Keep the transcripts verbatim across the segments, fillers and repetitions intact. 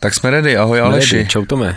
Tak jsme ready, ahoj Aleši. Ready. Čau Tome.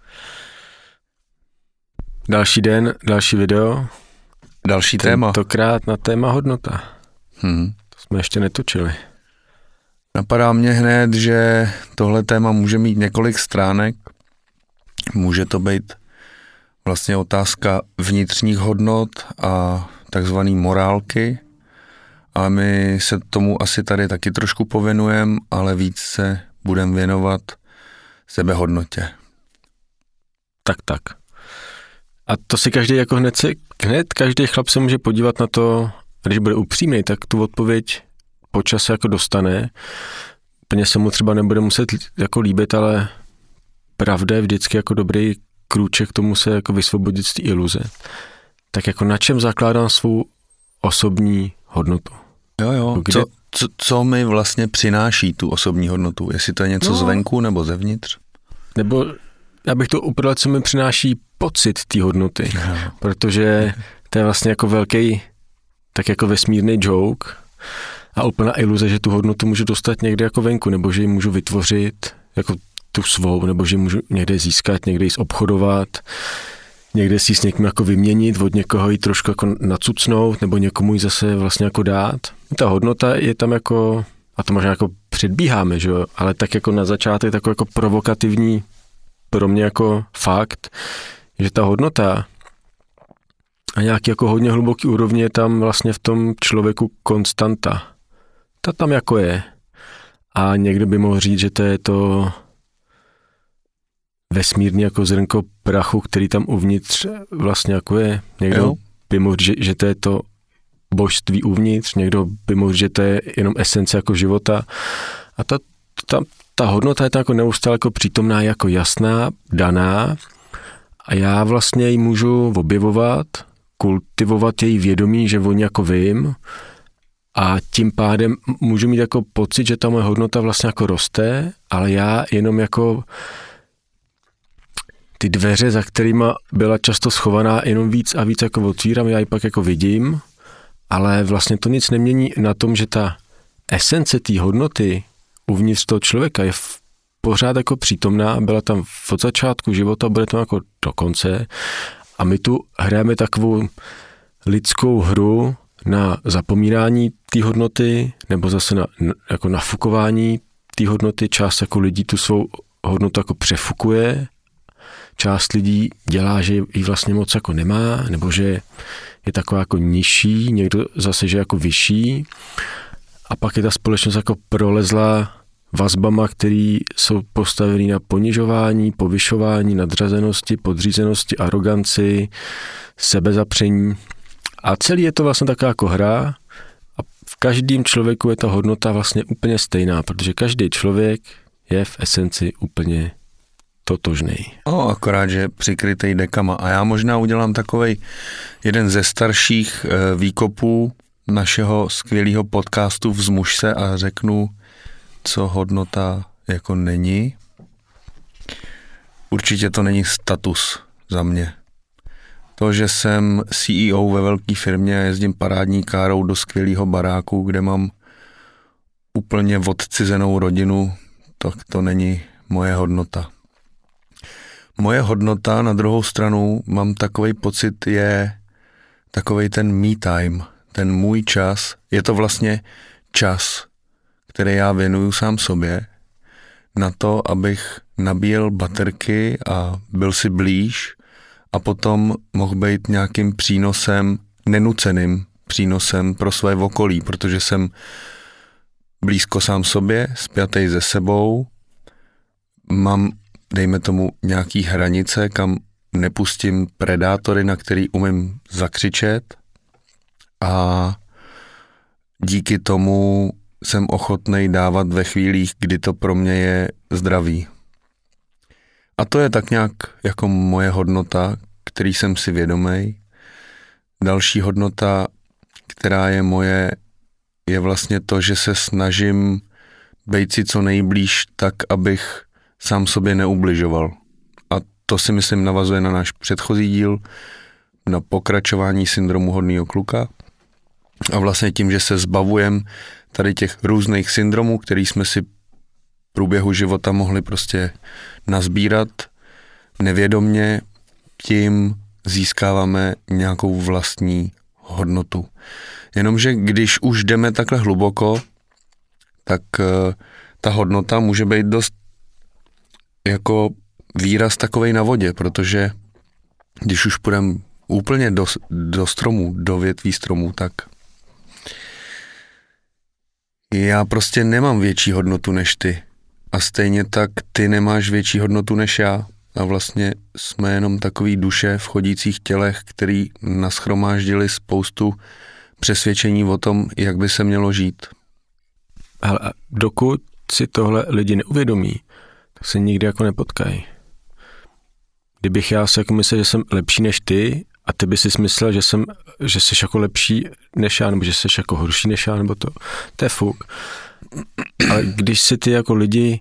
Další den, další video. Další téma. Tentokrát na téma hodnota. Hmm. To jsme ještě netočili. Napadá mě hned, že tohle téma může mít několik stránek. Může to být vlastně otázka vnitřních hodnot a takzvaný morálky. A my se tomu asi tady taky trošku pověnujeme, ale víc se budeme věnovat sebehodnotě. Tak, tak. A to si každý jako hned, si, hned každý chlap se může podívat na to, když bude upřímný, tak tu odpověď po čase jako dostane. Plně se mu třeba nebude muset jako líbit, ale pravda je vždycky jako dobrý krůček k tomu se jako vysvobodit z té iluze. Tak jako na čem zakládám svou osobní hodnotu? Jo, jo. Kde... Co, co, co mi vlastně přináší tu osobní hodnotu? Jestli to je něco no, zvenku nebo zevnitř? Nebo já bych to upravil, co mi přináší pocit té hodnoty. No. Protože to je vlastně jako velký, tak jako vesmírný joke a úplná iluze, že tu hodnotu můžu dostat někde jako venku, nebo že ji můžu vytvořit jako tu svou, nebo že ji můžu někde získat, někde ji zobchodovat, někde si s někým jako vyměnit, od někoho ji trošku jako nacucnout, nebo někomu ji zase vlastně jako dát. Ta hodnota je tam jako, a to možná jako předbíháme, že jo, ale tak jako na začátek takový jako provokativní pro mě jako fakt, že ta hodnota a nějaký jako hodně hluboký úrovně je tam vlastně v tom člověku konstanta. Ta tam jako je. A někdo by mohl říct, že to je to vesmírný jako zrnko prachu, který tam uvnitř vlastně jako je. Někdo jo. by mohl říct, že, že to je to božství uvnitř, někdo by mohl říct, že to je jenom esence jako života. A ta, ta, ta hodnota je tam jako neustále jako přítomná, jako jasná, daná a já vlastně ji můžu objevovat, kultivovat její vědomí, že o ní jako vím a tím pádem můžu mít jako pocit, že ta moje hodnota vlastně jako roste, ale já jenom jako ty dveře, za kterýma byla často schovaná, jenom víc a víc jako otvírám, já ji pak jako vidím, ale vlastně to nic nemění na tom, že ta esence té hodnoty uvnitř toho člověka je v, pořád jako přítomná, byla tam od začátku života, bude tam jako do konce a my tu hrajeme takovou lidskou hru na zapomínání té hodnoty nebo zase na jako nafukování té hodnoty. Část jako lidí tu svou hodnotu jako přefukuje, část lidí dělá, že ji vlastně moc jako nemá, nebo že je taková jako nižší, někdo zase, že jako vyšší. A pak je ta společnost jako prolezla vazbama, které jsou postavené na ponižování, povyšování, nadřazenosti, podřízenosti, aroganci, sebezapření. A celý je to vlastně taková jako hra a v každém člověku je ta hodnota vlastně úplně stejná, protože každý člověk je v esenci úplně totožnej. No, akorát, že přikrytej dekama. A já možná udělám takovej jeden ze starších e, výkopů našeho skvělého podcastu Vzmuž se a řeknu, co hodnota jako není. Určitě to není status za mě. To, že jsem C E O ve velké firmě a jezdím parádní károu do skvělého baráku, kde mám úplně odcizenou rodinu, tak to není moje hodnota. Moje hodnota na druhou stranu, mám takovej pocit, je takovej ten me time, ten můj čas. Je to vlastně čas, který já věnuju sám sobě, na to, abych nabíjel baterky a byl si blíž a potom mohl být nějakým přínosem, nenuceným přínosem pro své okolí, protože jsem blízko sám sobě, spjatej se sebou, mám, dejme tomu, nějaký hranice, kam nepustím predátory, na který umím zakřičet a díky tomu jsem ochotnej dávat ve chvílích, kdy to pro mě je zdravý. A to je tak nějak jako moje hodnota, který jsem si vědomý. Další hodnota, která je moje, je vlastně to, že se snažím být si co nejblíž tak, abych sám sobě neubližoval. A to si myslím navazuje na náš předchozí díl, na pokračování syndromu hodného kluka. A vlastně tím, že se zbavujem tady těch různých syndromů, který jsme si průběhu života mohli prostě nazbírat nevědomně, tím získáváme nějakou vlastní hodnotu. Jenomže když už jdeme takhle hluboko, tak ta hodnota může být dost jako výraz takovej na vodě, protože když už půjdeme úplně do, do stromů, do větví stromů, tak já prostě nemám větší hodnotu než ty. A stejně tak ty nemáš větší hodnotu než já. A vlastně jsme jenom takový duše v chodících tělech, který nashromáždili spoustu přesvědčení o tom, jak by se mělo žít. Ale dokud si tohle lidi neuvědomí, tak se nikdy jako nepotkají. Kdybych já si jako myslel, že jsem lepší než ty a ty by si myslel, že jsem, že jsi jako lepší než já, nebo že jsi jako horší než já, nebo to, to je fuk. Ale když si ty jako lidi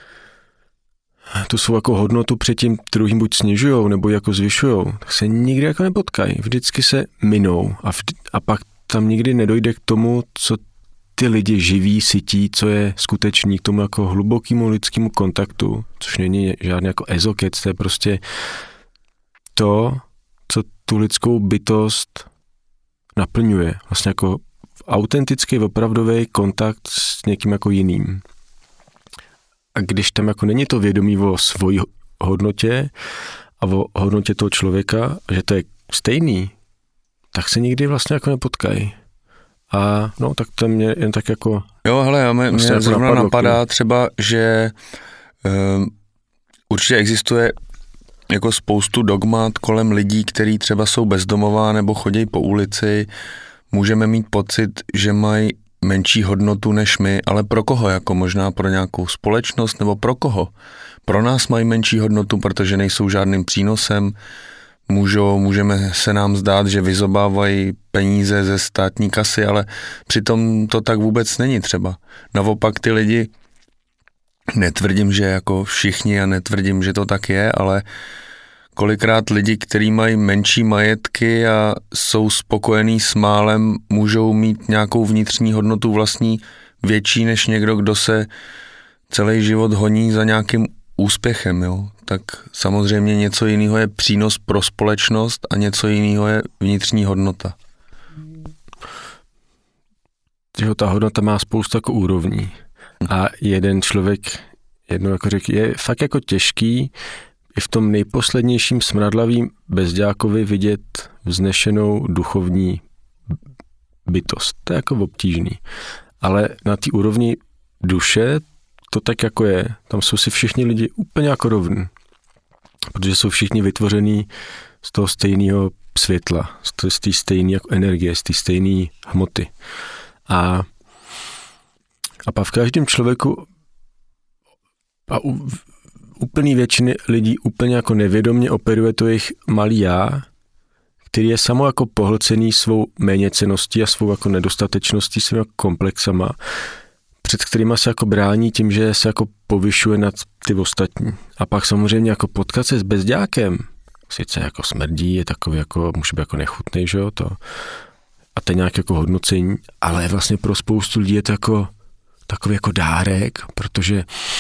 tu svou jako hodnotu před tím druhým buď snižujou, nebo jako zvyšujou, tak se nikdy jako nepotkají. Vždycky se minou a, vždy, a pak tam nikdy nedojde k tomu, co ty lidi živí, sytí, co je skutečný, k tomu jako hlubokému lidskému kontaktu, což není žádný jako ezokec, to je prostě to, co tu lidskou bytost naplňuje. Vlastně jako autentický, opravdový kontakt s někým jako jiným. A když tam jako není to vědomí o svojí hodnotě a o hodnotě toho člověka, že to je stejný, tak se nikdy vlastně jako nepotkají. A no, tak to mě jen tak jako... Jo, hele, mě, mě jako zrovna napadlo, napadá třeba, že um, určitě existuje jako spoustu dogmat kolem lidí, kteří třeba jsou bezdomová nebo chodí po ulici. Můžeme mít pocit, že mají menší hodnotu než my, ale pro koho? Jako možná pro nějakou společnost nebo pro koho? Pro nás mají menší hodnotu, protože nejsou žádným přínosem. Můžou, můžeme se nám zdát, že vyzobávají peníze ze státní kasy, ale přitom to tak vůbec není třeba. Naopak ty lidi, netvrdím, že jako všichni a netvrdím, že to tak je, ale kolikrát lidi, kteří mají menší majetky a jsou spokojení s málem, můžou mít nějakou vnitřní hodnotu vlastní větší než někdo, kdo se celý život honí za nějakým úspěchem, jo. Tak samozřejmě něco jiného je přínos pro společnost a něco jiného je vnitřní hodnota. Že ta hodnota má spoustu jako úrovní a jeden člověk jednou jako řekl, je fakt jako těžký i v tom nejposlednějším smradlavým bezďákovi vidět vznešenou duchovní bytost. To je jako obtížný. Ale na té úrovni duše to tak jako je. Tam jsou si všichni lidi úplně jako rovní. Protože jsou všichni vytvoření z toho stejného světla, z té stejné jako energie, z té stejné hmoty. A, a pak v každém člověku a u, úplný většiny lidí úplně jako nevědomně operuje to jejich malý já, který je samo jako pohlcený svou méněcenností a svou jako nedostatečností, svými jako komplexama, před kterýma se jako brání tím, že se jako povyšuje nad ty ostatní. A pak samozřejmě jako potkat se s bezďákem, sice jako smrdí, je takový jako, může být jako nechutnej, že jo, to. A to je nějaké jako hodnocení, ale vlastně pro spoustu lidí je to jako takový jako dárek, protože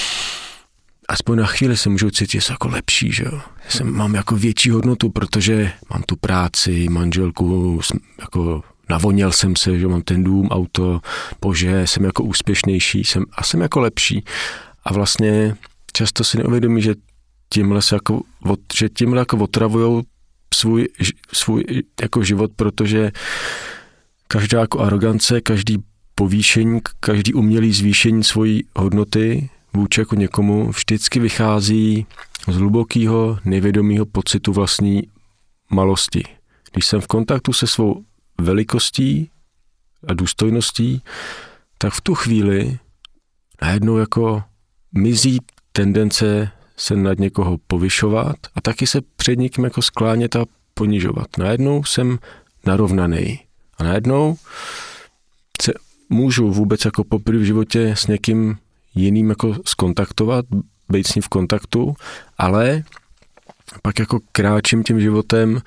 aspoň na chvíli se můžou cítit, že jsou jako lepší, že jo. Já jsem, mám jako větší hodnotu, protože mám tu práci, manželku, jako navoněl jsem se, že mám ten dům, auto, bože, jsem jako úspěšnější, jsem, a jsem jako lepší. A vlastně často si neuvědomí, že tímhle se jako, že tímhle jako otravujou svůj, svůj jako život, protože každá jako arogance, každý povýšení, každý umělý zvýšení svojí hodnoty vůči jako někomu vždycky vychází z hlubokého nevědomého pocitu vlastní malosti. Když jsem v kontaktu se svou velikostí a důstojností, tak v tu chvíli najednou jako mizí tendence se nad někoho povyšovat a taky se před někým jako sklánět a ponižovat. Najednou jsem narovnaný a najednou se můžu vůbec jako poprvé v životě s někým jiným jako skontaktovat, být s ním v kontaktu, ale pak jako kráčím tím životem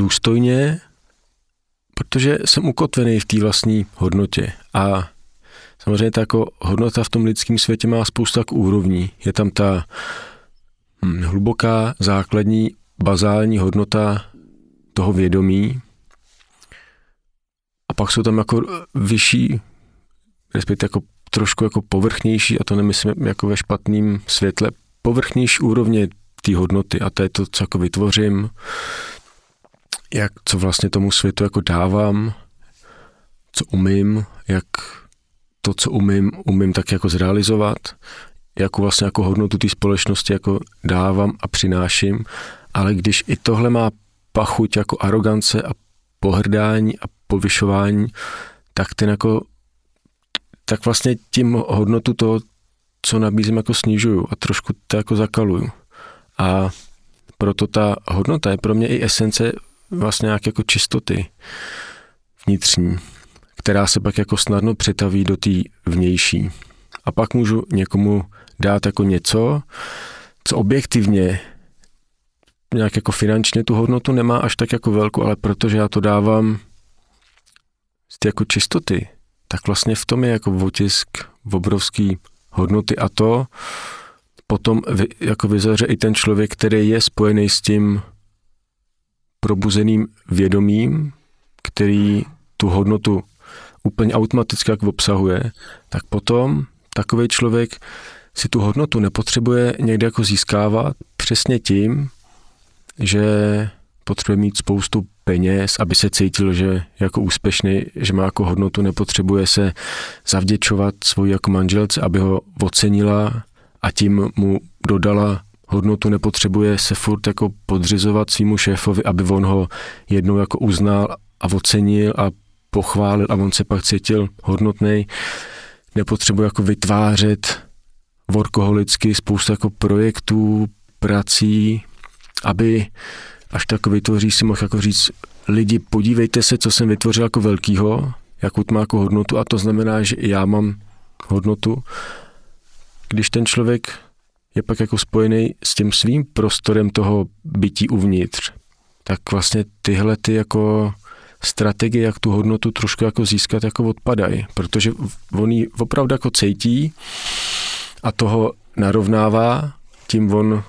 důstojně, protože jsem ukotvený v té vlastní hodnotě a samozřejmě ta jako hodnota v tom lidském světě má spoustu tak úrovní. Je tam ta hm, hluboká, základní, bazální hodnota toho vědomí a pak jsou tam jako vyšší, respektive jako trošku jako povrchnější, a to nemyslím jako ve špatném světle, povrchnější úrovně té hodnoty, a to je to, co jako vytvořím, jak, co vlastně tomu světu jako dávám, co umím, jak to, co umím, umím tak jako zrealizovat, jakou vlastně jako hodnotu té společnosti jako dávám a přináším, ale když i tohle má pachuť jako arogance a pohrdání a povyšování, tak ten jako, tak vlastně tím hodnotu toho, co nabízím, jako snižuju a trošku to jako zakaluju. A proto ta hodnota je pro mě i esence vlastně nějaké jako čistoty vnitřní, která se pak jako snadno přetaví do té vnější. A pak můžu někomu dát jako něco, co objektivně nějak jako finančně tu hodnotu nemá až tak jako velkou, ale protože já to dávám z té jako čistoty, tak vlastně v tom je jako otisk obrovský hodnoty a to potom vy, jako vyzaře i ten člověk, který je spojený s tím probuzeným vědomím, který tu hodnotu úplně automaticky jak obsahuje, tak potom takový člověk si tu hodnotu nepotřebuje někde jako získávat přesně tím, že potřebuje mít spoustu peněz, aby se cítil, že jako úspěšný, že má jako hodnotu, nepotřebuje se zavděčovat svojí jako manželce, aby ho ocenila a tím mu dodala hodnotu, nepotřebuje se furt jako podřizovat svýmu šéfovi, aby on ho jednou jako uznal a ocenil a pochválil a on se pak cítil hodnotnej. Nepotřebuje jako vytvářet workoholicky spoustu jako projektů, prací, aby až tak vytvoří si mohl jako říct, lidi, podívejte se, co jsem vytvořil jako velkýho, jakou má jako hodnotu, a to znamená, že i já mám hodnotu. Když ten člověk je pak jako spojený s tím svým prostorem toho bytí uvnitř, tak vlastně tyhle ty jako strategie, jak tu hodnotu trošku jako získat, jako odpadají, protože on ji opravdu jako cítí a toho narovnává, tím on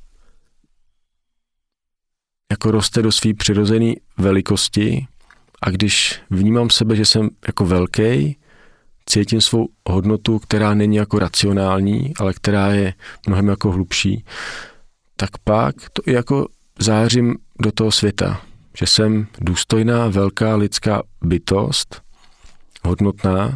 jako roste do své přirozené velikosti a když vnímám sebe, že jsem jako velký, cítím svou hodnotu, která není jako racionální, ale která je mnohem jako hlubší, tak pak to i jako zářím do toho světa, že jsem důstojná, velká lidská bytost, hodnotná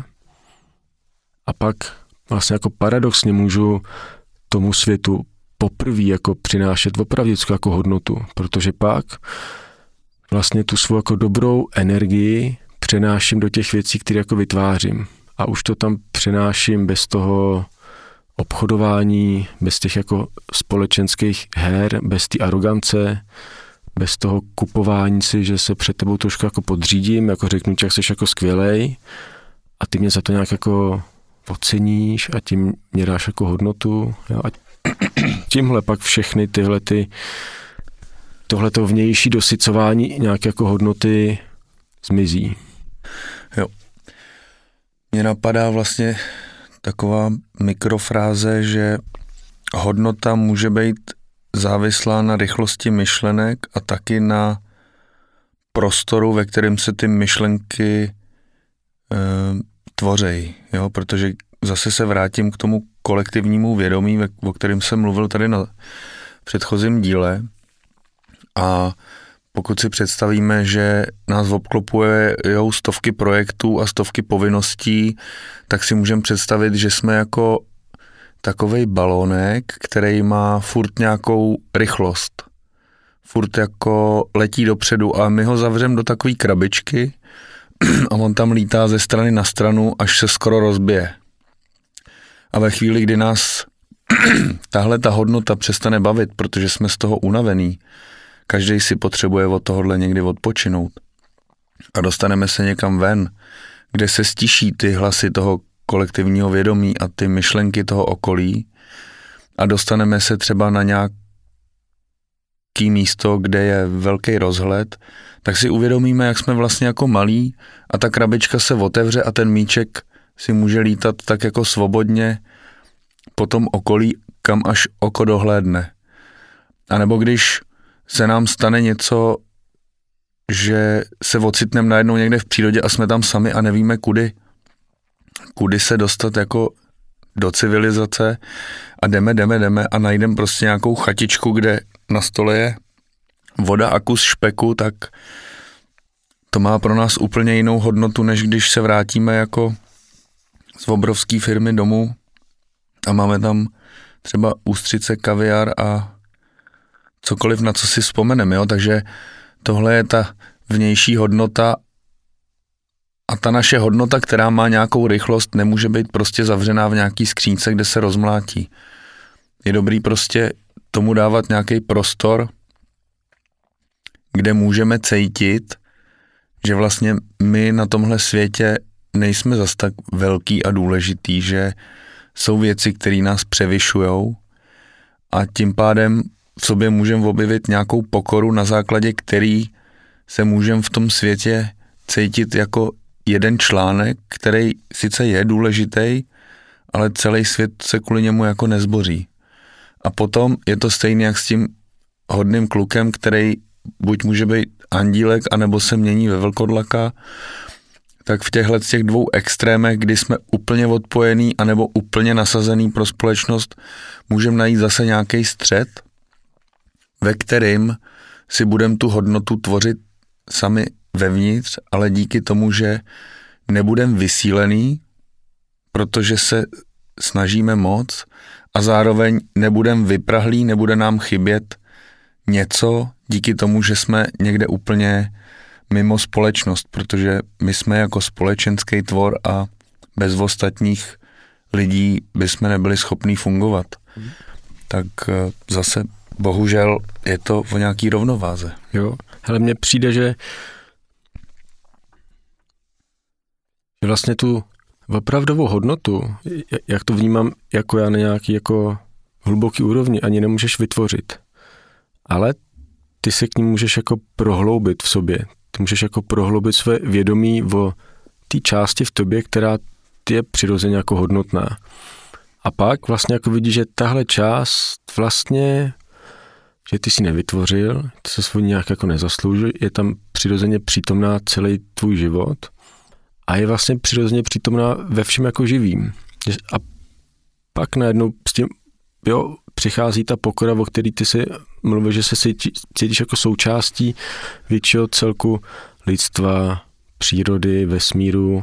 a pak vlastně jako paradoxně můžu tomu světu poprvé jako přinášet opravdu jako hodnotu, protože pak vlastně tu svou jako dobrou energii přenáším do těch věcí, které jako vytvářím. A už to tam přenáším bez toho obchodování, bez těch jako společenských her, bez té arogance, bez toho kupování si, že se před tebou trošku jako podřídím, jako řeknu, jak jsi jako skvělej a ty mě za to nějak jako oceníš a tím mě dáš jako hodnotu. Jo? A tímhle pak všechny tyhle ty, tohleto vnější dosycování nějaké jako hodnoty zmizí. Jo. Mně napadá vlastně taková mikrofráze, že hodnota může být závislá na rychlosti myšlenek a taky na prostoru, ve kterém se ty myšlenky e, tvořejí, jo, protože zase se vrátím k tomu kolektivnímu vědomí, o kterém jsem mluvil tady na předchozím díle a pokud si představíme, že nás obklopuje stovky projektů a stovky povinností, tak si můžeme představit, že jsme jako takovej balónek, který má furt nějakou rychlost. Furt jako letí dopředu a my ho zavřeme do takové krabičky a on tam lítá ze strany na stranu, až se skoro rozbije. A ve chvíli, kdy nás tahle ta hodnota přestane bavit, protože jsme z toho unavený, každý si potřebuje od tohohle někdy odpočinout a dostaneme se někam ven, kde se stiší ty hlasy toho kolektivního vědomí a ty myšlenky toho okolí a dostaneme se třeba na nějaký místo, kde je velký rozhled, tak si uvědomíme, jak jsme vlastně jako malí a ta krabička se otevře a ten míček si může lítat tak jako svobodně po tom okolí, kam až oko dohlédne. A nebo když se nám stane něco, že se ocitneme najednou někde v přírodě a jsme tam sami a nevíme kudy, kudy se dostat jako do civilizace a jdeme, jdeme, jdeme a najdeme prostě nějakou chatičku, kde na stole je voda a kus špeku, tak to má pro nás úplně jinou hodnotu, než když se vrátíme jako z obrovské firmy domů a máme tam třeba ústřice, kaviár a cokoliv, na co si vzpomeneme, jo, takže tohle je ta vnější hodnota a ta naše hodnota, která má nějakou rychlost, nemůže být prostě zavřená v nějaký skřínce, kde se rozmlátí. Je dobrý prostě tomu dávat nějaký prostor, kde můžeme cítit, že vlastně my na tomhle světě nejsme zas tak velký a důležitý, že jsou věci, které nás převyšujou a tím pádem v sobě můžeme objevit nějakou pokoru, na základě který se můžeme v tom světě cítit jako jeden článek, který sice je důležitý, ale celý svět se kvůli němu jako nezboří. A potom je to stejné jak s tím hodným klukem, který buď může být andílek, anebo se mění ve vlkodlaka, tak v těchto těch dvou extrémech, kdy jsme úplně odpojený, anebo úplně nasazený pro společnost, můžeme najít zase nějaký střed, ve kterým si budeme tu hodnotu tvořit sami vevnitř, ale díky tomu, že nebudeme vysílený, protože se snažíme moc a zároveň nebudeme vyprahlí, nebude nám chybět něco díky tomu, že jsme někde úplně mimo společnost, protože my jsme jako společenský tvor a bez ostatních lidí bychom nebyli schopní fungovat. Hmm. Tak zase bohužel je to o nějaký rovnováze. Jo, hele, mně přijde, že vlastně tu opravdovou hodnotu, jak to vnímám jako já na nějaký jako hluboký úrovni, ani nemůžeš vytvořit. Ale ty se k ní můžeš jako prohloubit v sobě. Ty můžeš jako prohloubit své vědomí o té části v tobě, která je přirozeně jako hodnotná. A pak vlastně jako vidíš, že tahle část vlastně, že ty si nevytvořil, ty se svůj nějak jako nezasloužil, je tam přirozeně přítomná celý tvůj život a je vlastně přirozeně přítomná ve všem jako živým. A pak najednou s tím, jo, přichází ta pokora, o který ty si mluvil, že se cítíš jako součástí většího celku lidstva, přírody, vesmíru,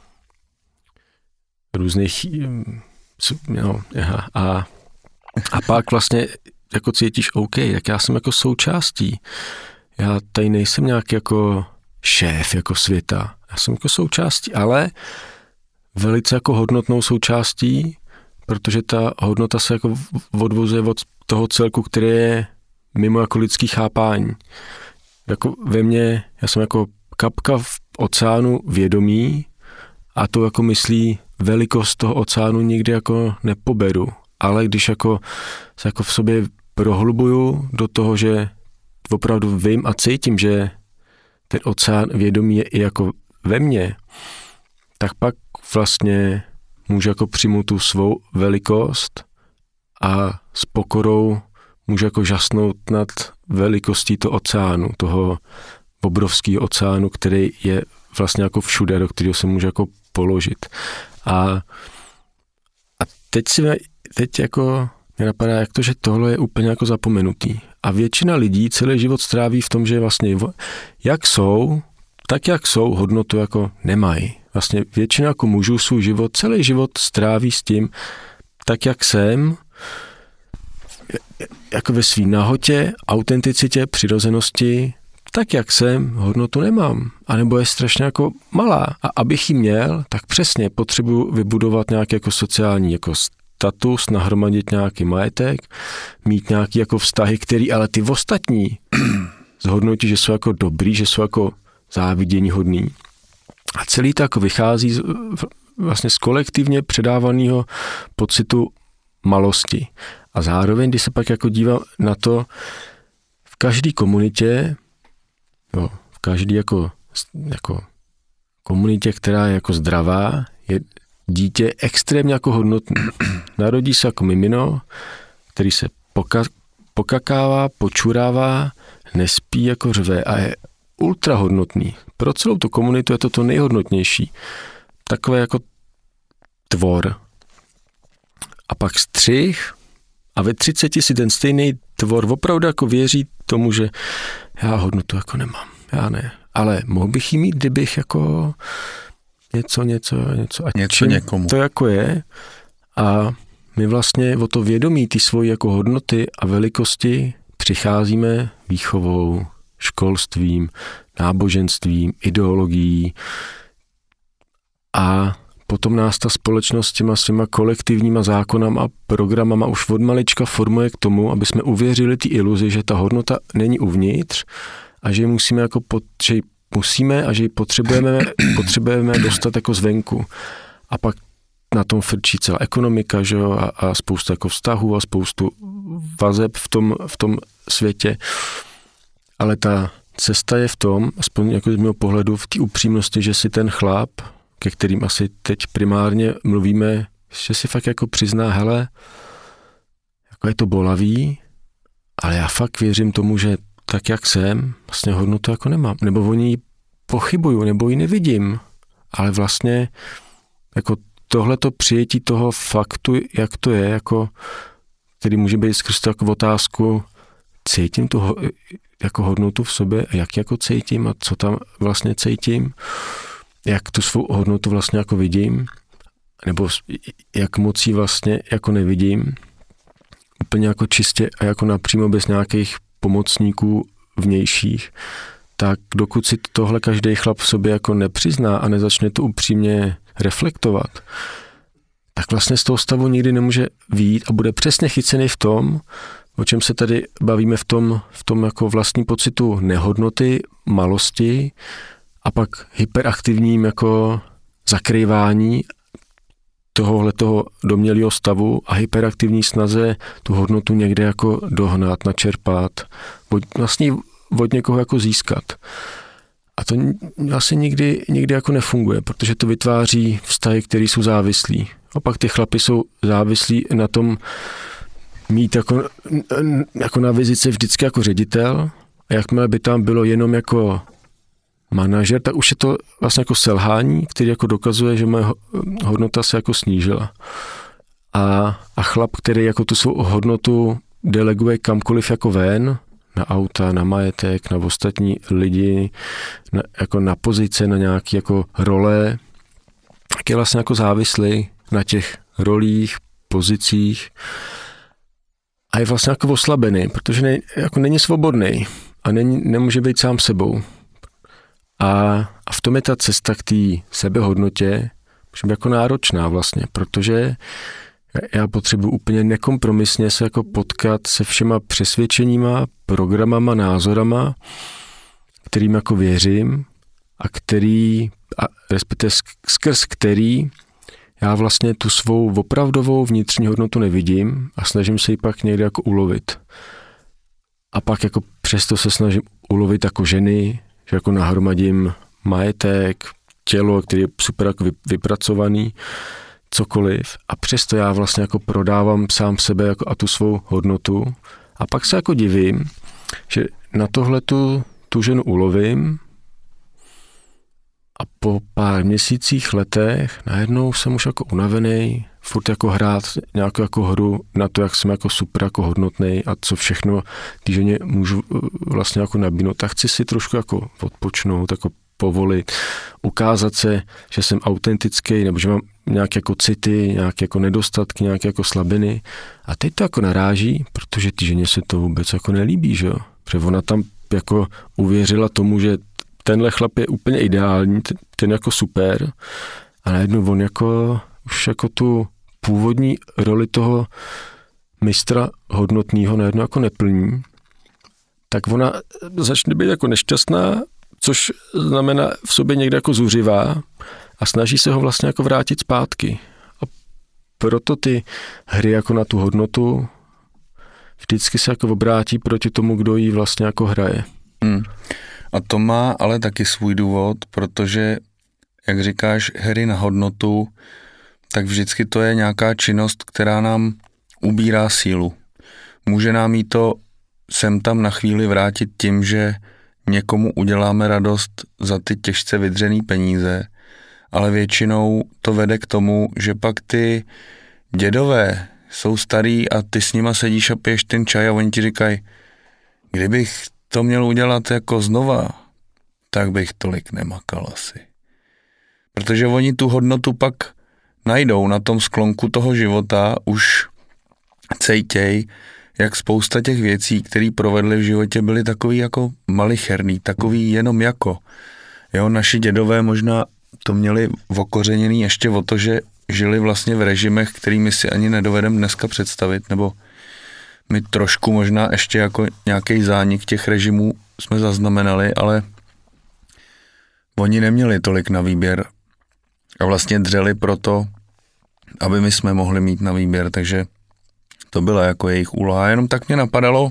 různých, no, a, a pak vlastně jako cítíš, OK, tak já jsem jako součástí. Já tady nejsem nějak jako šéf jako světa. Já jsem jako součástí, ale velice jako hodnotnou součástí, protože ta hodnota se jako odvozuje od toho celku, který je mimo jako lidský chápání. Jako ve mně, já jsem jako kapka v oceánu vědomí a to jako myslí velikost toho oceánu nikdy jako nepoberu. Ale když jako se jako v sobě prohlubuju do toho, že opravdu vím a cítím, že ten oceán vědomí je i jako ve mně, tak pak vlastně můžu jako přijmout tu svou velikost a s pokorou můžu jako žasnout nad velikostí toho oceánu, toho obrovského oceánu, který je vlastně jako všude, do kterého se může jako položit. A, a teď si teď jako mě napadá, jak to, že tohle je úplně jako zapomenutý. A většina lidí celý život stráví v tom, že vlastně jak jsou, tak jak jsou, hodnotu jako nemají. Vlastně většina jako mužů svůj život, celý život stráví s tím, tak jak jsem, jako ve svý nahotě, autenticitě, přirozenosti, tak jak jsem, hodnotu nemám. A nebo je strašně jako malá. A abych ji měl, tak přesně potřebuji vybudovat nějaký jako sociální jako status, nahromadit nějaký majetek, mít nějaký jako vztahy, který ale ty ostatní zhodnotí, že jsou jako dobrý, že jsou jako závidění hodný. A celý to jako vychází z, vlastně z kolektivně předávaného pocitu malosti. A zároveň, když se pak jako dívám na to, v každé komunitě, jo, v každé jako, jako komunitě, která je jako zdravá, je, dítě extrémně jako hodnotný. Narodí se jako mimino, který se poka- pokakává, počurává, nespí, jako řve a je ultra hodnotný. Pro celou tu komunitu je to to nejhodnotnější. Takové jako tvor. A pak střih a ve třiceti si ten stejný tvor opravdu jako věří tomu, že já hodnotu jako nemám. Já ne. Ale mohl bych jí mít, kdybych jako něco, něco, něco. A něco někomu. To jako je. A my vlastně o to vědomí ty svojí jako hodnoty a velikosti přicházíme výchovou, školstvím, náboženstvím, ideologií a potom nás ta společnost s těma, s těma kolektivníma zákonama a programama už od malička formuje k tomu, aby jsme uvěřili ty iluzi, že ta hodnota není uvnitř a že ji musíme jako pod, že ji musíme a že ji potřebujeme, potřebujeme dostat jako zvenku. A pak na tom frčí celá ekonomika, že jo, a, a spousta jako vztahů a spoustu vazeb v tom, v tom světě. Ale ta cesta je v tom, aspoň jako z mého pohledu, v té upřímnosti, že si ten chlap, ke kterým asi teď primárně mluvíme, že si fakt jako přizná, hele, jako je to bolavý, ale já fakt věřím tomu, že tak, jak jsem, vlastně hodnotu jako nemám. Nebo o ní pochybuju, nebo ji nevidím. Ale vlastně jako tohleto přijetí toho faktu, jak to je, jako, který může být skrz to jako otázku, cítím tu jako hodnotu v sobě a jak jako cítím a co tam vlastně cítím, jak tu svou hodnotu vlastně jako vidím, nebo jak moc ji vlastně jako nevidím, úplně jako čistě a jako napřímo bez nějakých pomocníků vnějších, tak dokud si tohle každý chlap v sobě jako nepřizná a nezačne to upřímně reflektovat, tak vlastně z toho stavu nikdy nemůže vyjít a bude přesně chycený v tom, o čem se tady bavíme v tom, v tom jako vlastní pocitu nehodnoty, malosti a pak hyperaktivním jako zakrývání tohohletoho domělého stavu a hyperaktivní snaze tu hodnotu někde jako dohnat, načerpat, vlastně od někoho jako získat. A to asi nikdy, nikdy jako nefunguje, protože to vytváří vztahy, které jsou závislí. A pak ty chlapy jsou závislí na tom mít jako, jako na vizice vždycky jako ředitel a jakmile by tam bylo jenom jako manažer, tak už je to vlastně jako selhání, který jako dokazuje, že moje hodnota se jako snížila. A, a chlap, který jako tu svou hodnotu deleguje kamkoliv jako ven, na auta, na majetek, na ostatní lidi, na, jako na pozice, na nějaké jako role, tak je vlastně jako závislý na těch rolích, pozicích a je vlastně jako oslabený, protože ne, jako není svobodný a není, nemůže být sám sebou. A, a v tom je ta cesta k té sebehodnotě může být jako náročná vlastně, protože já potřebuji úplně nekompromisně se jako potkat se všema přesvědčeníma, programama, názorama, kterým jako věřím a který, a respektive skrz který já vlastně tu svou opravdovou vnitřní hodnotu nevidím a snažím se ji pak někde jako ulovit. A pak jako přesto se snažím ulovit jako ženy, že jako nahromadím majetek, tělo, který je super jako vypracovaný, cokoliv a přesto já vlastně jako prodávám sám sebe jako a tu svou hodnotu a pak se jako divím, že na tohletu tu ženu ulovím a po pár měsících, letech najednou jsem už jako unavený, furt jako hrát nějakou jako hru na to, jak jsem jako super jako hodnotnej a co všechno té ženě můžu vlastně jako nabídnout, tak chci si trošku jako odpočnout, jako povolit, ukázat se, že jsem autentický, nebo že mám nějaké jako city, nějaké jako nedostatky, nějaké jako slabiny. A teď to jako naráží, protože ty ženě se to vůbec jako nelíbí, že jo? Protože ona tam jako uvěřila tomu, že tenhle chlap je úplně ideální, ten jako super a najednou on jako už jako tu původní roli toho mistra hodnotného najednou jako neplní, tak ona začne být jako nešťastná, což znamená v sobě někde jako zuřivá a snaží se ho vlastně jako vrátit zpátky. A proto ty hry jako na tu hodnotu vždycky se jako obrátí proti tomu, kdo jí vlastně jako hraje. Hmm. A to má ale taky svůj důvod, protože, jak říkáš, hry na hodnotu tak vždycky to je nějaká činnost, která nám ubírá sílu. Může nám jí to sem tam na chvíli vrátit tím, že někomu uděláme radost za ty těžce vydřený peníze, ale většinou to vede k tomu, že pak ty dědové jsou starý a ty s nima sedíš a piješ ten čaj a oni ti říkají, kdybych to měl udělat jako znova, tak bych tolik nemakal asi. Protože oni tu hodnotu pak najdou na tom sklonku toho života, už cejtěj, jak spousta těch věcí, které provedli v životě, byly takový jako malicherný, takový jenom jako. Jo, naši dědové možná to měli okořeněný ještě o to, že žili vlastně v režimech, kterými si ani nedovedem dneska představit, nebo my trošku možná ještě jako nějaký zánik těch režimů jsme zaznamenali, ale oni neměli tolik na výběr a vlastně dřeli proto, aby my jsme mohli mít na výběr, takže to byla jako jejich úloha. Jenom tak mě napadalo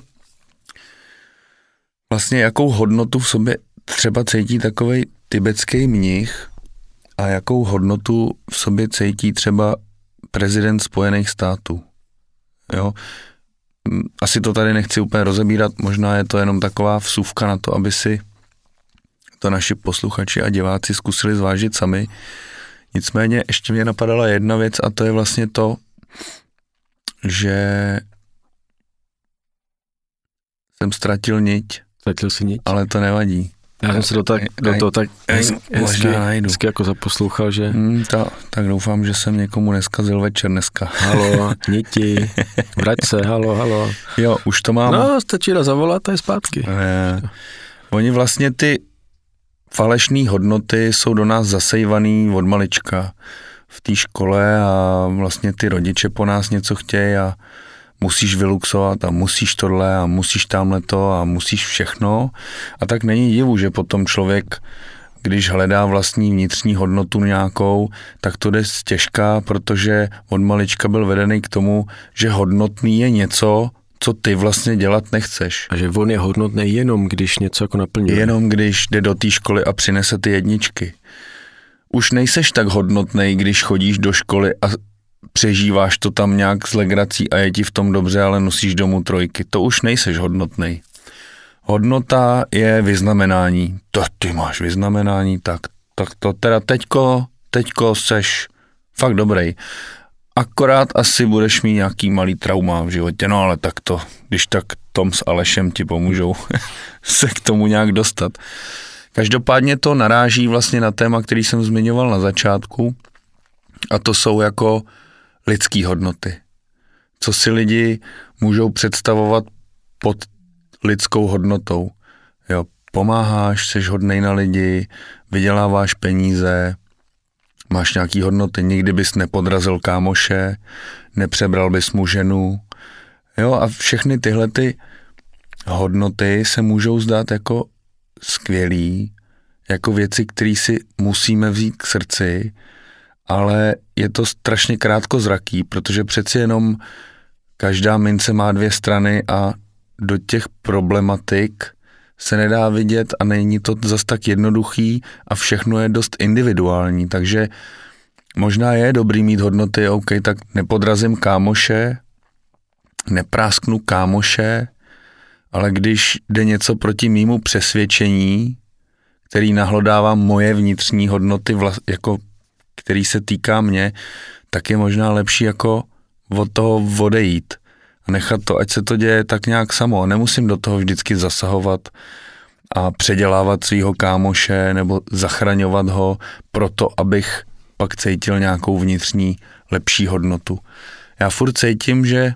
vlastně jakou hodnotu v sobě třeba cítí takovej tibetský mnich a jakou hodnotu v sobě cítí třeba prezident Spojených států. Jo? Asi to tady nechci úplně rozebírat, možná je to jenom taková vsuvka na to, aby si to naši posluchači a diváci zkusili zvážit sami. Nicméně ještě mě napadala jedna věc a to je vlastně to, že jsem ztratil niť. Ztratil si niť? Ale to nevadí. Já jsem se do, tak, do toho tak hezky, hezky, hezky jako zaposlouchal, že... Hmm, ta, tak doufám, že jsem někomu neskazil večer dneska. Halo, niti, vrať se, halo, halo. Jo, už to mám. No, stačí raz zavolat a je zpátky. Ne. Oni vlastně ty falešné hodnoty jsou do nás zasejvaný od malička v té škole a vlastně ty rodiče po nás něco chtějí a musíš vyluxovat a musíš tohle a musíš tamhleto a musíš všechno. A tak není divu, že potom člověk, když hledá vlastní vnitřní hodnotu nějakou, tak to jde těžká, protože od malička byl vedený k tomu, že hodnotný je něco, co ty vlastně dělat nechceš. A že on je hodnotný jenom, když něco jako naplňuje. Jenom když jde do té školy a přinese ty jedničky. Už nejseš tak hodnotnej, když chodíš do školy a přežíváš to tam nějak s legrací a je ti v tom dobře, ale nosíš domů trojky. To už nejseš hodnotnej. Hodnota je vyznamenání. To ty máš vyznamenání, tak, tak to teda teďko, teďko seš fakt dobrý. Akorát asi budeš mít nějaký malý trauma v životě, no ale tak to, když tak Tom s Alešem ti pomůžou se k tomu nějak dostat. Každopádně to naráží vlastně na téma, který jsem zmiňoval na začátku, a to jsou jako lidský hodnoty. Co si lidi můžou představovat pod lidskou hodnotou. Jo, pomáháš, jsi hodnej na lidi, vyděláváš peníze, máš nějaký hodnoty, nikdy bys nepodrazil kámoše, nepřebral bys mu ženu. Jo, a všechny tyhle ty hodnoty se můžou zdát jako skvělý, jako věci, které si musíme vzít k srdci, ale je to strašně krátkozraký, protože přeci jenom každá mince má dvě strany a do těch problematik se nedá vidět a není to zas tak jednoduchý a všechno je dost individuální, takže možná je dobrý mít hodnoty, OK, tak nepodrazím kámoše, neprásknu kámoše, ale když jde něco proti mýmu přesvědčení, který nahlodává moje vnitřní hodnoty, jako, který se týká mě, tak je možná lepší jako od toho odejít a nechat to, ať se to děje tak nějak samo. Nemusím do toho vždycky zasahovat a předělávat svýho kámoše nebo zachraňovat ho proto, abych pak cítil nějakou vnitřní lepší hodnotu. Já furt cítím, že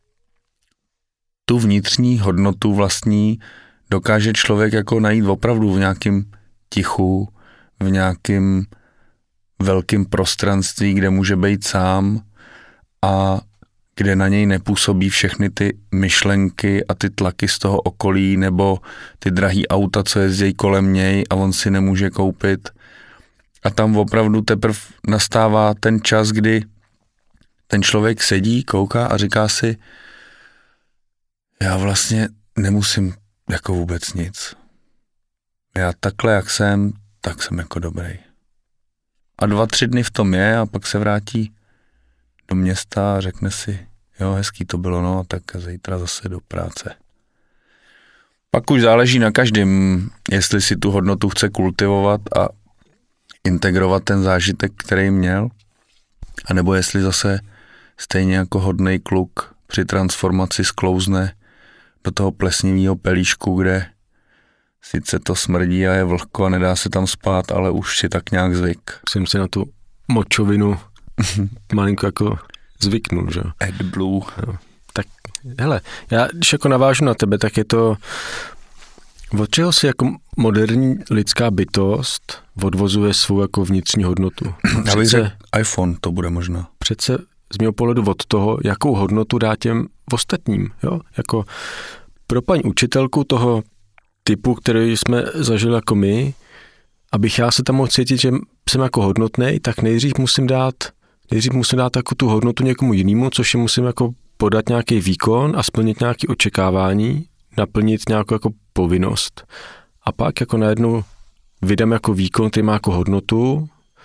tu vnitřní hodnotu vlastní dokáže člověk jako najít opravdu v nějakém tichu, v nějakém velkém prostranství, kde může být sám a kde na něj nepůsobí všechny ty myšlenky a ty tlaky z toho okolí nebo ty drahý auta, co jezdí kolem něj a on si nemůže koupit. A tam opravdu teprve nastává ten čas, kdy ten člověk sedí, kouká a říká si, já vlastně nemusím jako vůbec nic. Já takhle, jak jsem, tak jsem jako dobrý. A dva, tři dny v tom je a pak se vrátí do města a řekne si, jo, hezký to bylo, no, tak zítra zase do práce. Pak už záleží na každém, jestli si tu hodnotu chce kultivovat a integrovat ten zážitek, který měl, anebo jestli zase stejně jako hodnej kluk při transformaci sklouzne do toho plesnivého pelíšku, kde sice to smrdí a je vlhko a nedá se tam spát, ale už si tak nějak zvyk. Jsem si na tu močovinu malinko jako zvyknul, že? AdBlue. No, tak hele, já když jako navážu na tebe, tak je to, od čeho si jako moderní lidská bytost odvozuje svou jako vnitřní hodnotu? Já bych řekl iPhone, to bude možná. Přece z mého pohledu od toho, jakou hodnotu dá těm ostatním, jo? Jako pro paní učitelku toho typu, který jsme zažili jako my, abych já se tam mohl cítit, že jsem jako hodnotnej, tak nejdřív musím dát, nejdřív musím dát jako tu hodnotu někomu jinému, což je musím jako podat nějaký výkon a splnit nějaké očekávání, naplnit nějakou jako povinnost. A pak jako najednou vydám jako výkon, který má jako hodnotu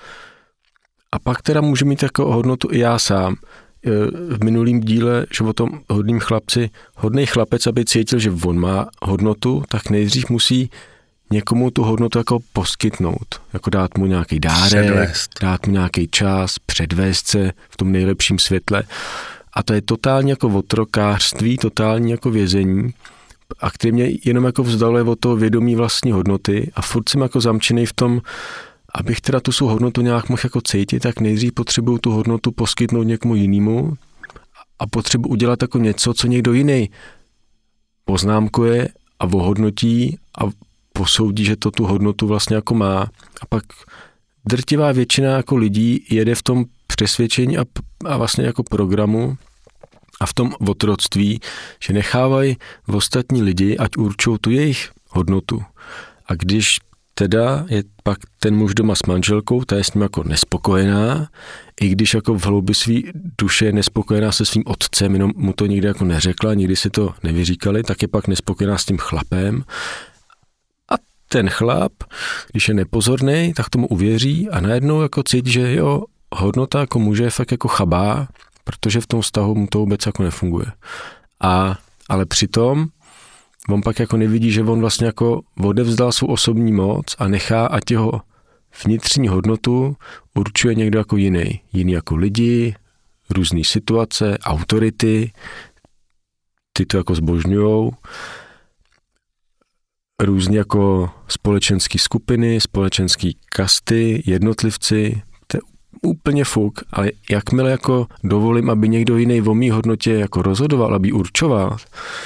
a pak teda můžu mít jako hodnotu i já sám. V minulém díle, že o tom hodným chlapci, hodnej chlapec, aby cítil, že on má hodnotu, tak nejdřív musí někomu tu hodnotu jako poskytnout. Jako dát mu nějaký dárek, předvést. Dát mu nějaký čas, předvést se v tom nejlepším světle. A to je totálně jako otrokářství, totální jako vězení, a který mě jenom jako vzdaluje od toho vědomí vlastní hodnoty a furt jsem jako zamčený v tom, abych teda tu svou hodnotu nějak mohl jako cítit, tak nejdřív potřebuju tu hodnotu poskytnout někomu jinému a potřebuji udělat jako něco, co někdo jiný poznámkuje a ohodnotí a posoudí, že to tu hodnotu vlastně jako má. A pak drtivá většina jako lidí jede v tom přesvědčení a, a vlastně jako programu a v tom otroctví, že nechávají v ostatní lidi, ať určují tu jejich hodnotu. A když teda je pak ten muž doma s manželkou, ta je s ním jako nespokojená, i když jako v hloubi svý duše je nespokojená se svým otcem, jenom mu to nikdy jako neřekla, nikdy si to nevyříkali, tak je pak nespokojená s tím chlapem. A ten chlap, když je nepozorný, tak tomu uvěří a najednou jako cítí, že jo, hodnota jako muže je fakt jako chabá, protože v tom vztahu mu to vůbec jako nefunguje. A, ale přitom on pak jako nevidí, že on vlastně jako odevzdal svou osobní moc a nechá, ať jeho vnitřní hodnotu určuje někdo jako jiný. Jiný jako lidi, různé situace, autority, ty to jako zbožňujou, různé jako společenské skupiny, společenské kasty, jednotlivci, to je úplně fuk, ale jakmile jako dovolím, aby někdo jiný o mý hodnotě jako rozhodoval, aby určoval,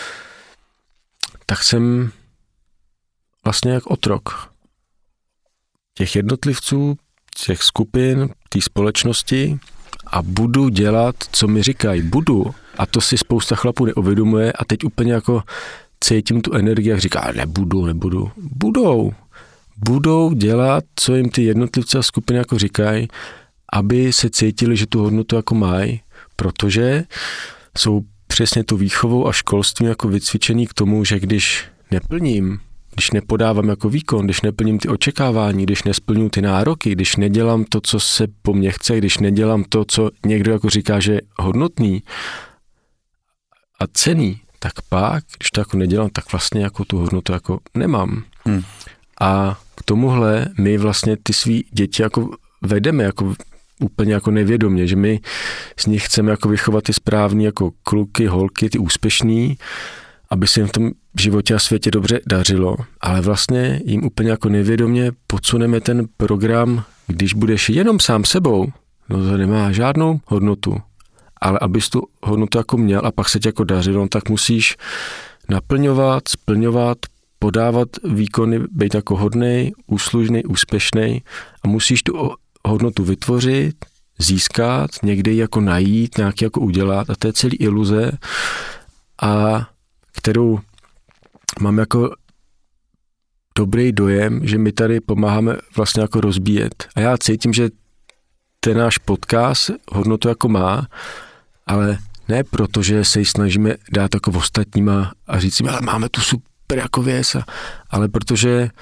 tak jsem vlastně jak otrok těch jednotlivců, těch skupin, té společnosti a budu dělat, co mi říkají. Budu. A to si spousta chlapů neuvědomuje a teď úplně jako cítím tu energii, jak říká, nebudu, nebudu. Budou. Budou dělat, co jim ty jednotlivce a skupiny jako říkají, aby se cítili, že tu hodnotu jako mají, protože jsou přesně tu výchovou a školstvím jako vycvičený k tomu, že když neplním, když nepodávám jako výkon, když neplním ty očekávání, když nesplňuji ty nároky, když nedělám to, co se po mně chce, když nedělám to, co někdo jako říká, že je hodnotný a cenný, tak pak, když to jako nedělám, tak vlastně jako tu hodnotu jako nemám. Hmm. A k tomuhle my vlastně ty svý děti jako vedeme jako úplně jako nevědomě, že my z nich chceme jako vychovat ty správný jako kluky, holky, ty úspěšný, aby se jim v tom životě a světě dobře dařilo, ale vlastně jim úplně jako nevědomě podsuneme ten program, když budeš jenom sám sebou, no to nemá žádnou hodnotu, ale abys tu hodnotu jako měl a pak se tě jako dařilo, tak musíš naplňovat, splňovat, podávat výkony, být jako hodnej, úslužný, úspěšný a musíš tu hodnotu vytvořit, získat, někde ji jako najít, nějaký jako udělat a to je celý iluze, a kterou mám jako dobrý dojem, že my tady pomáháme vlastně jako rozbíjet. A já cítím, že ten náš podcast hodnotu jako má, ale ne proto, že se ji snažíme dát jako ostatníma a říct jim, ale máme tu super jako věc, ale protože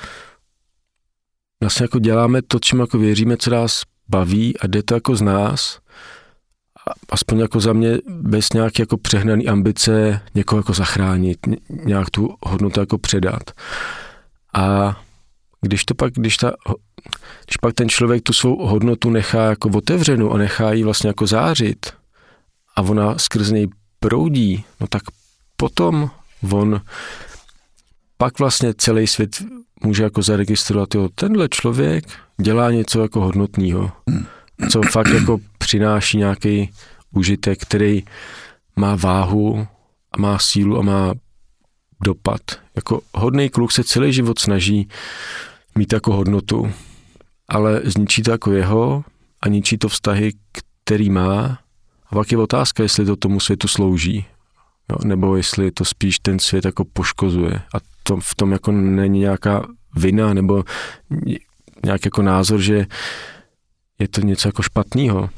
vlastně jako děláme to, čím jako věříme, co nás baví a jde to jako z nás aspoň jako za mě bez nějaké jako přehnaný ambice někoho jako zachránit, nějak tu hodnotu jako předat. A když to pak, když ta, když pak ten člověk tu svou hodnotu nechá jako otevřenou a nechá ji vlastně jako zářit a ona skrz něj proudí, no tak potom on pak vlastně celý svět může jako zaregistrovat, jo, tenhle člověk dělá něco jako hodnotného, co fakt jako přináší nějaký užitek, který má váhu a má sílu a má dopad. Jako hodný kluk se celý život snaží mít jako hodnotu, ale zničí to jako jeho a ničí to vztahy, který má. A pak je otázka, jestli to tomu světu slouží, jo, nebo jestli to spíš ten svět jako poškozuje. A to v tom jako není nějaká vina nebo nějaký jako názor, že je to něco jako špatného.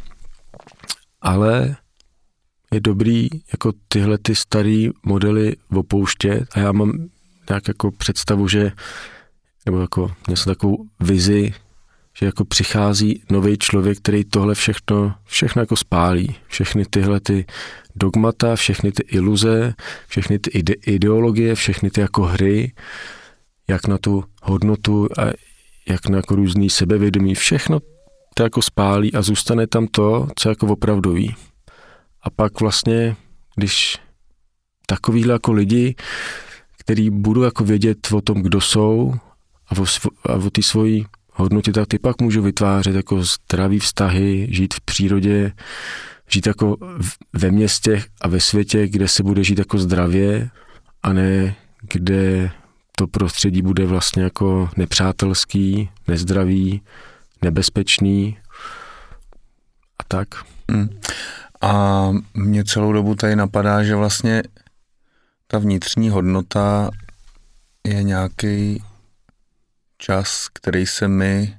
Ale je dobrý jako tyhle ty starý modely opouštět a já mám nějak jako představu, že nebo jako něco takovou vizi, že jako přichází nový člověk, který tohle všechno, všechno jako spálí. Všechny tyhle ty dogmata, všechny ty iluze, všechny ty ide- ideologie, všechny ty jako hry, jak na tu hodnotu a jak na jako různý sebevědomí, všechno to jako spálí a zůstane tam to, co jako opravdový. A pak vlastně, když takovýhle jako lidi, který budou jako vědět o tom, kdo jsou a o, a o té svojí hodnotě, tak ty pak můžou vytvářet jako zdravý vztahy, žít v přírodě, žít jako ve městě a ve světě, kde se bude žít jako zdravě a ne kde to prostředí bude vlastně jako nepřátelský, nezdravý, nebezpečný a tak. Hmm. A mě celou dobu tady napadá, že vlastně ta vnitřní hodnota je nějaký čas, který se my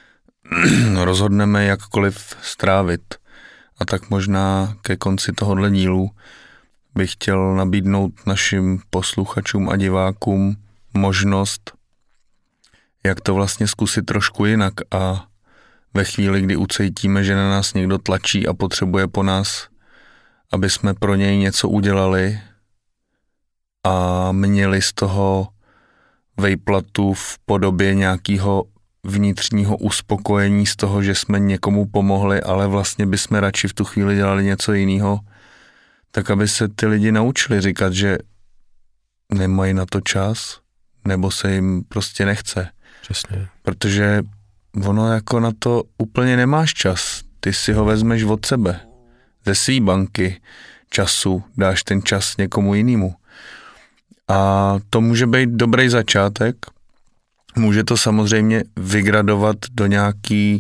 rozhodneme jakkoliv strávit. A tak možná ke konci tohohle dílu bych chtěl nabídnout našim posluchačům a divákům možnost, jak to vlastně zkusit trošku jinak a ve chvíli, kdy ucítíme, že na nás někdo tlačí a potřebuje po nás, aby jsme pro něj něco udělali a měli z toho vejplatu v podobě nějakého vnitřního uspokojení z toho, že jsme někomu pomohli, ale vlastně bychom radši v tu chvíli dělali něco jiného, tak aby se ty lidi naučili říkat, že nemají na to čas, nebo se jim prostě nechce. Přesně. Protože ono jako na to úplně nemáš čas. Ty si ho vezmeš od sebe. Ze svý banky času dáš ten čas někomu jinému. A to může být dobrý začátek. Může to samozřejmě vygradovat do nějaký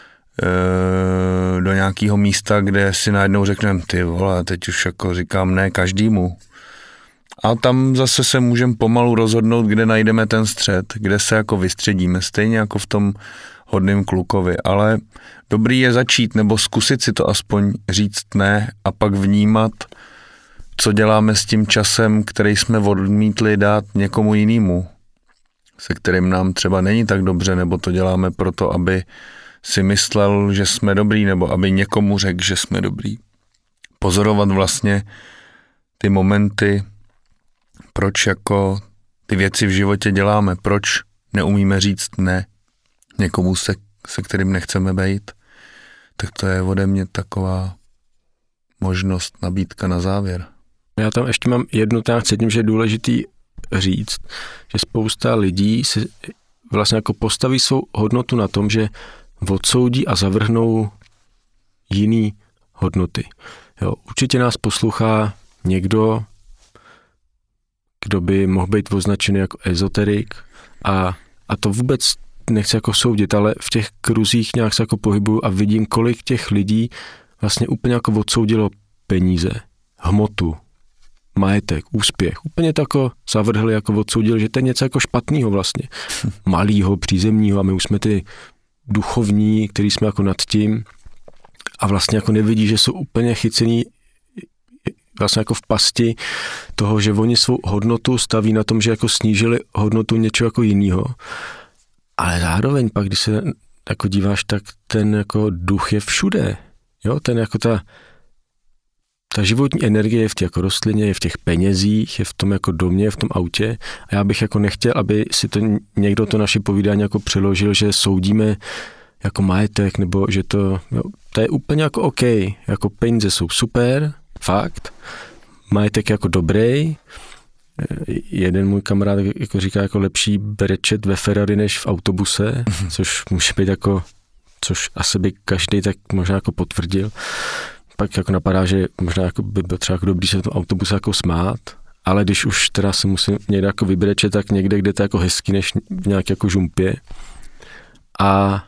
e, do nějakého místa, kde si najednou řekneme, ty vole, teď už jako říkám ne každému. A tam zase se můžeme pomalu rozhodnout, kde najdeme ten střed, kde se jako vystředíme, stejně jako v tom hodným klukovi. Ale dobrý je začít, nebo zkusit si to aspoň říct ne a pak vnímat, co děláme s tím časem, který jsme odmítli dát někomu jinému, se kterým nám třeba není tak dobře, nebo to děláme proto, aby si myslel, že jsme dobrý, nebo aby někomu řekl, že jsme dobrý. Pozorovat vlastně ty momenty, proč jako ty věci v životě děláme, proč neumíme říct ne někomu, se, se kterým nechceme být, tak to je ode mě taková možnost, nabídka na závěr. Já tam ještě mám jednu, tak cítím, že je důležitý říct, že spousta lidí si vlastně jako postaví svou hodnotu na tom, že odsoudí a zavrhnou jiný hodnoty. Jo, určitě nás poslouchá někdo, kdo by mohl být označený jako ezoterik a, a to vůbec nechci jako soudit, ale v těch kruzích nějak se jako pohybuju a vidím, kolik těch lidí vlastně úplně jako odsoudilo peníze, hmotu, majetek, úspěch. Úplně to jako zavrhli, jako odsoudili, že to je něco jako špatného vlastně. Malýho, přízemního a my už jsme ty duchovní, který jsme jako nad tím a vlastně jako nevidí, že jsou úplně chycený vlastně jako v pasti toho, že oni svou hodnotu staví na tom, že jako snížili hodnotu něčeho jako jiného. Ale zároveň pak, když se jako díváš, tak ten jako duch je všude. Jo, ten jako ta ta životní energie je v té jako rostlině, je v těch penězích, je v tom jako domě, je v tom autě a já bych jako nechtěl, aby si to někdo to naše povídání jako přeložil, že soudíme jako majetek, nebo že to, jo, to je úplně jako OK, jako peníze jsou super, fakt, majetek jako dobrý, jeden můj kamarád jako říká jako lepší brečet ve Ferrari než v autobuse, což může být jako, což asi by každý tak možná jako potvrdil. Pak jako napadá, že možná jako by bylo třeba jako dobrý se v tom autobuse jako smát, ale když už teda se musím někde jako vybrečet, tak někde, kde to je jako hezký, než v nějaké jako žumpě. A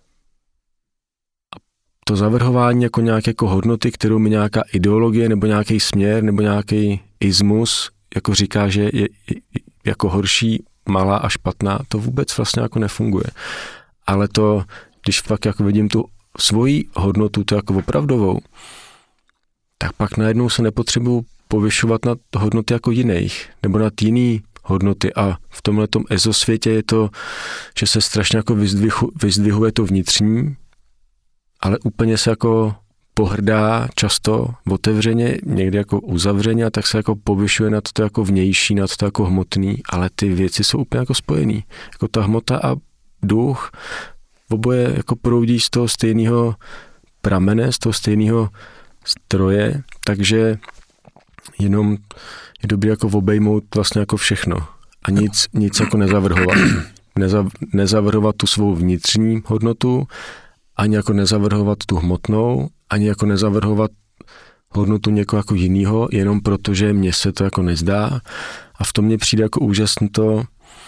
to zavrhování jako nějaké jako hodnoty, kterou mi nějaká ideologie nebo nějaký směr nebo nějaký ismus jako říká, že je jako horší, malá a špatná, to vůbec vlastně jako nefunguje. Ale to, když pak jako vidím tu svoji hodnotu, to jako opravdovou, tak pak najednou se nepotřebuji povyšovat na hodnoty jako jiných, nebo na jiný hodnoty a v tomhletom ezosvětě je to, že se strašně jako vyzdvihu, vyzdvihuje to vnitřní, ale úplně se jako pohrdá často otevřeně, někdy jako uzavřeně a tak se jako povyšuje na to jako vnější, na to jako hmotný, ale ty věci jsou úplně jako spojený. Jako ta hmota a duch oboje jako proudí z toho stejného pramene, z toho stejného stroje, takže jenom je dobré jako obejmout vlastně jako všechno a nic, nic jako nezavrhovat. Neza, nezavrhovat tu svou vnitřní hodnotu, ani jako nezavrhovat tu hmotnou, ani jako nezavrhovat hodnotu někoho jako jinýho, jenom protože mně se to jako nezdá a v tom mně přijde jako úžasný to,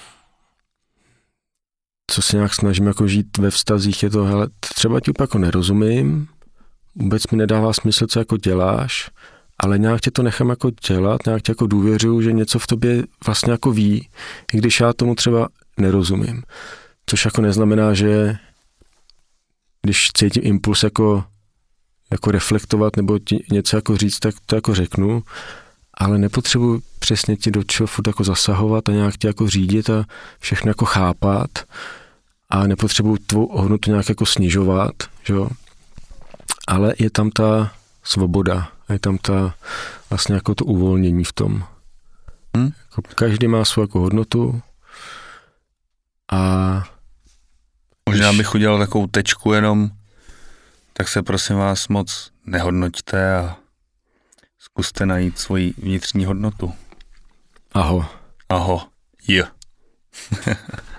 co se nějak snažím jako žít ve vztazích, je to, hele, třeba ti úplně jako nerozumím, vůbec mi nedává smysl, co jako děláš, ale nějak tě to nechám jako dělat, nějak tě jako důvěřuju, že něco v tobě vlastně jako ví, i když já tomu třeba nerozumím. Což jako neznamená, že když cítím impuls jako, jako reflektovat nebo ti něco jako říct, tak to jako řeknu, ale nepotřebuji přesně ti do čeho furt jako zasahovat a nějak tě jako řídit a všechno jako chápat a nepotřebuji tvou hodnotu nějak jako snižovat, že jo? Ale je tam ta svoboda, je tam ta vlastně jako to uvolnění v tom. Hmm? Jako každý má svou jako hodnotu a možná bych udělal takovou tečku jenom, tak se prosím vás moc nehodnoťte a zkuste najít svoji vnitřní hodnotu. Aho. Aho. Jo. Yeah.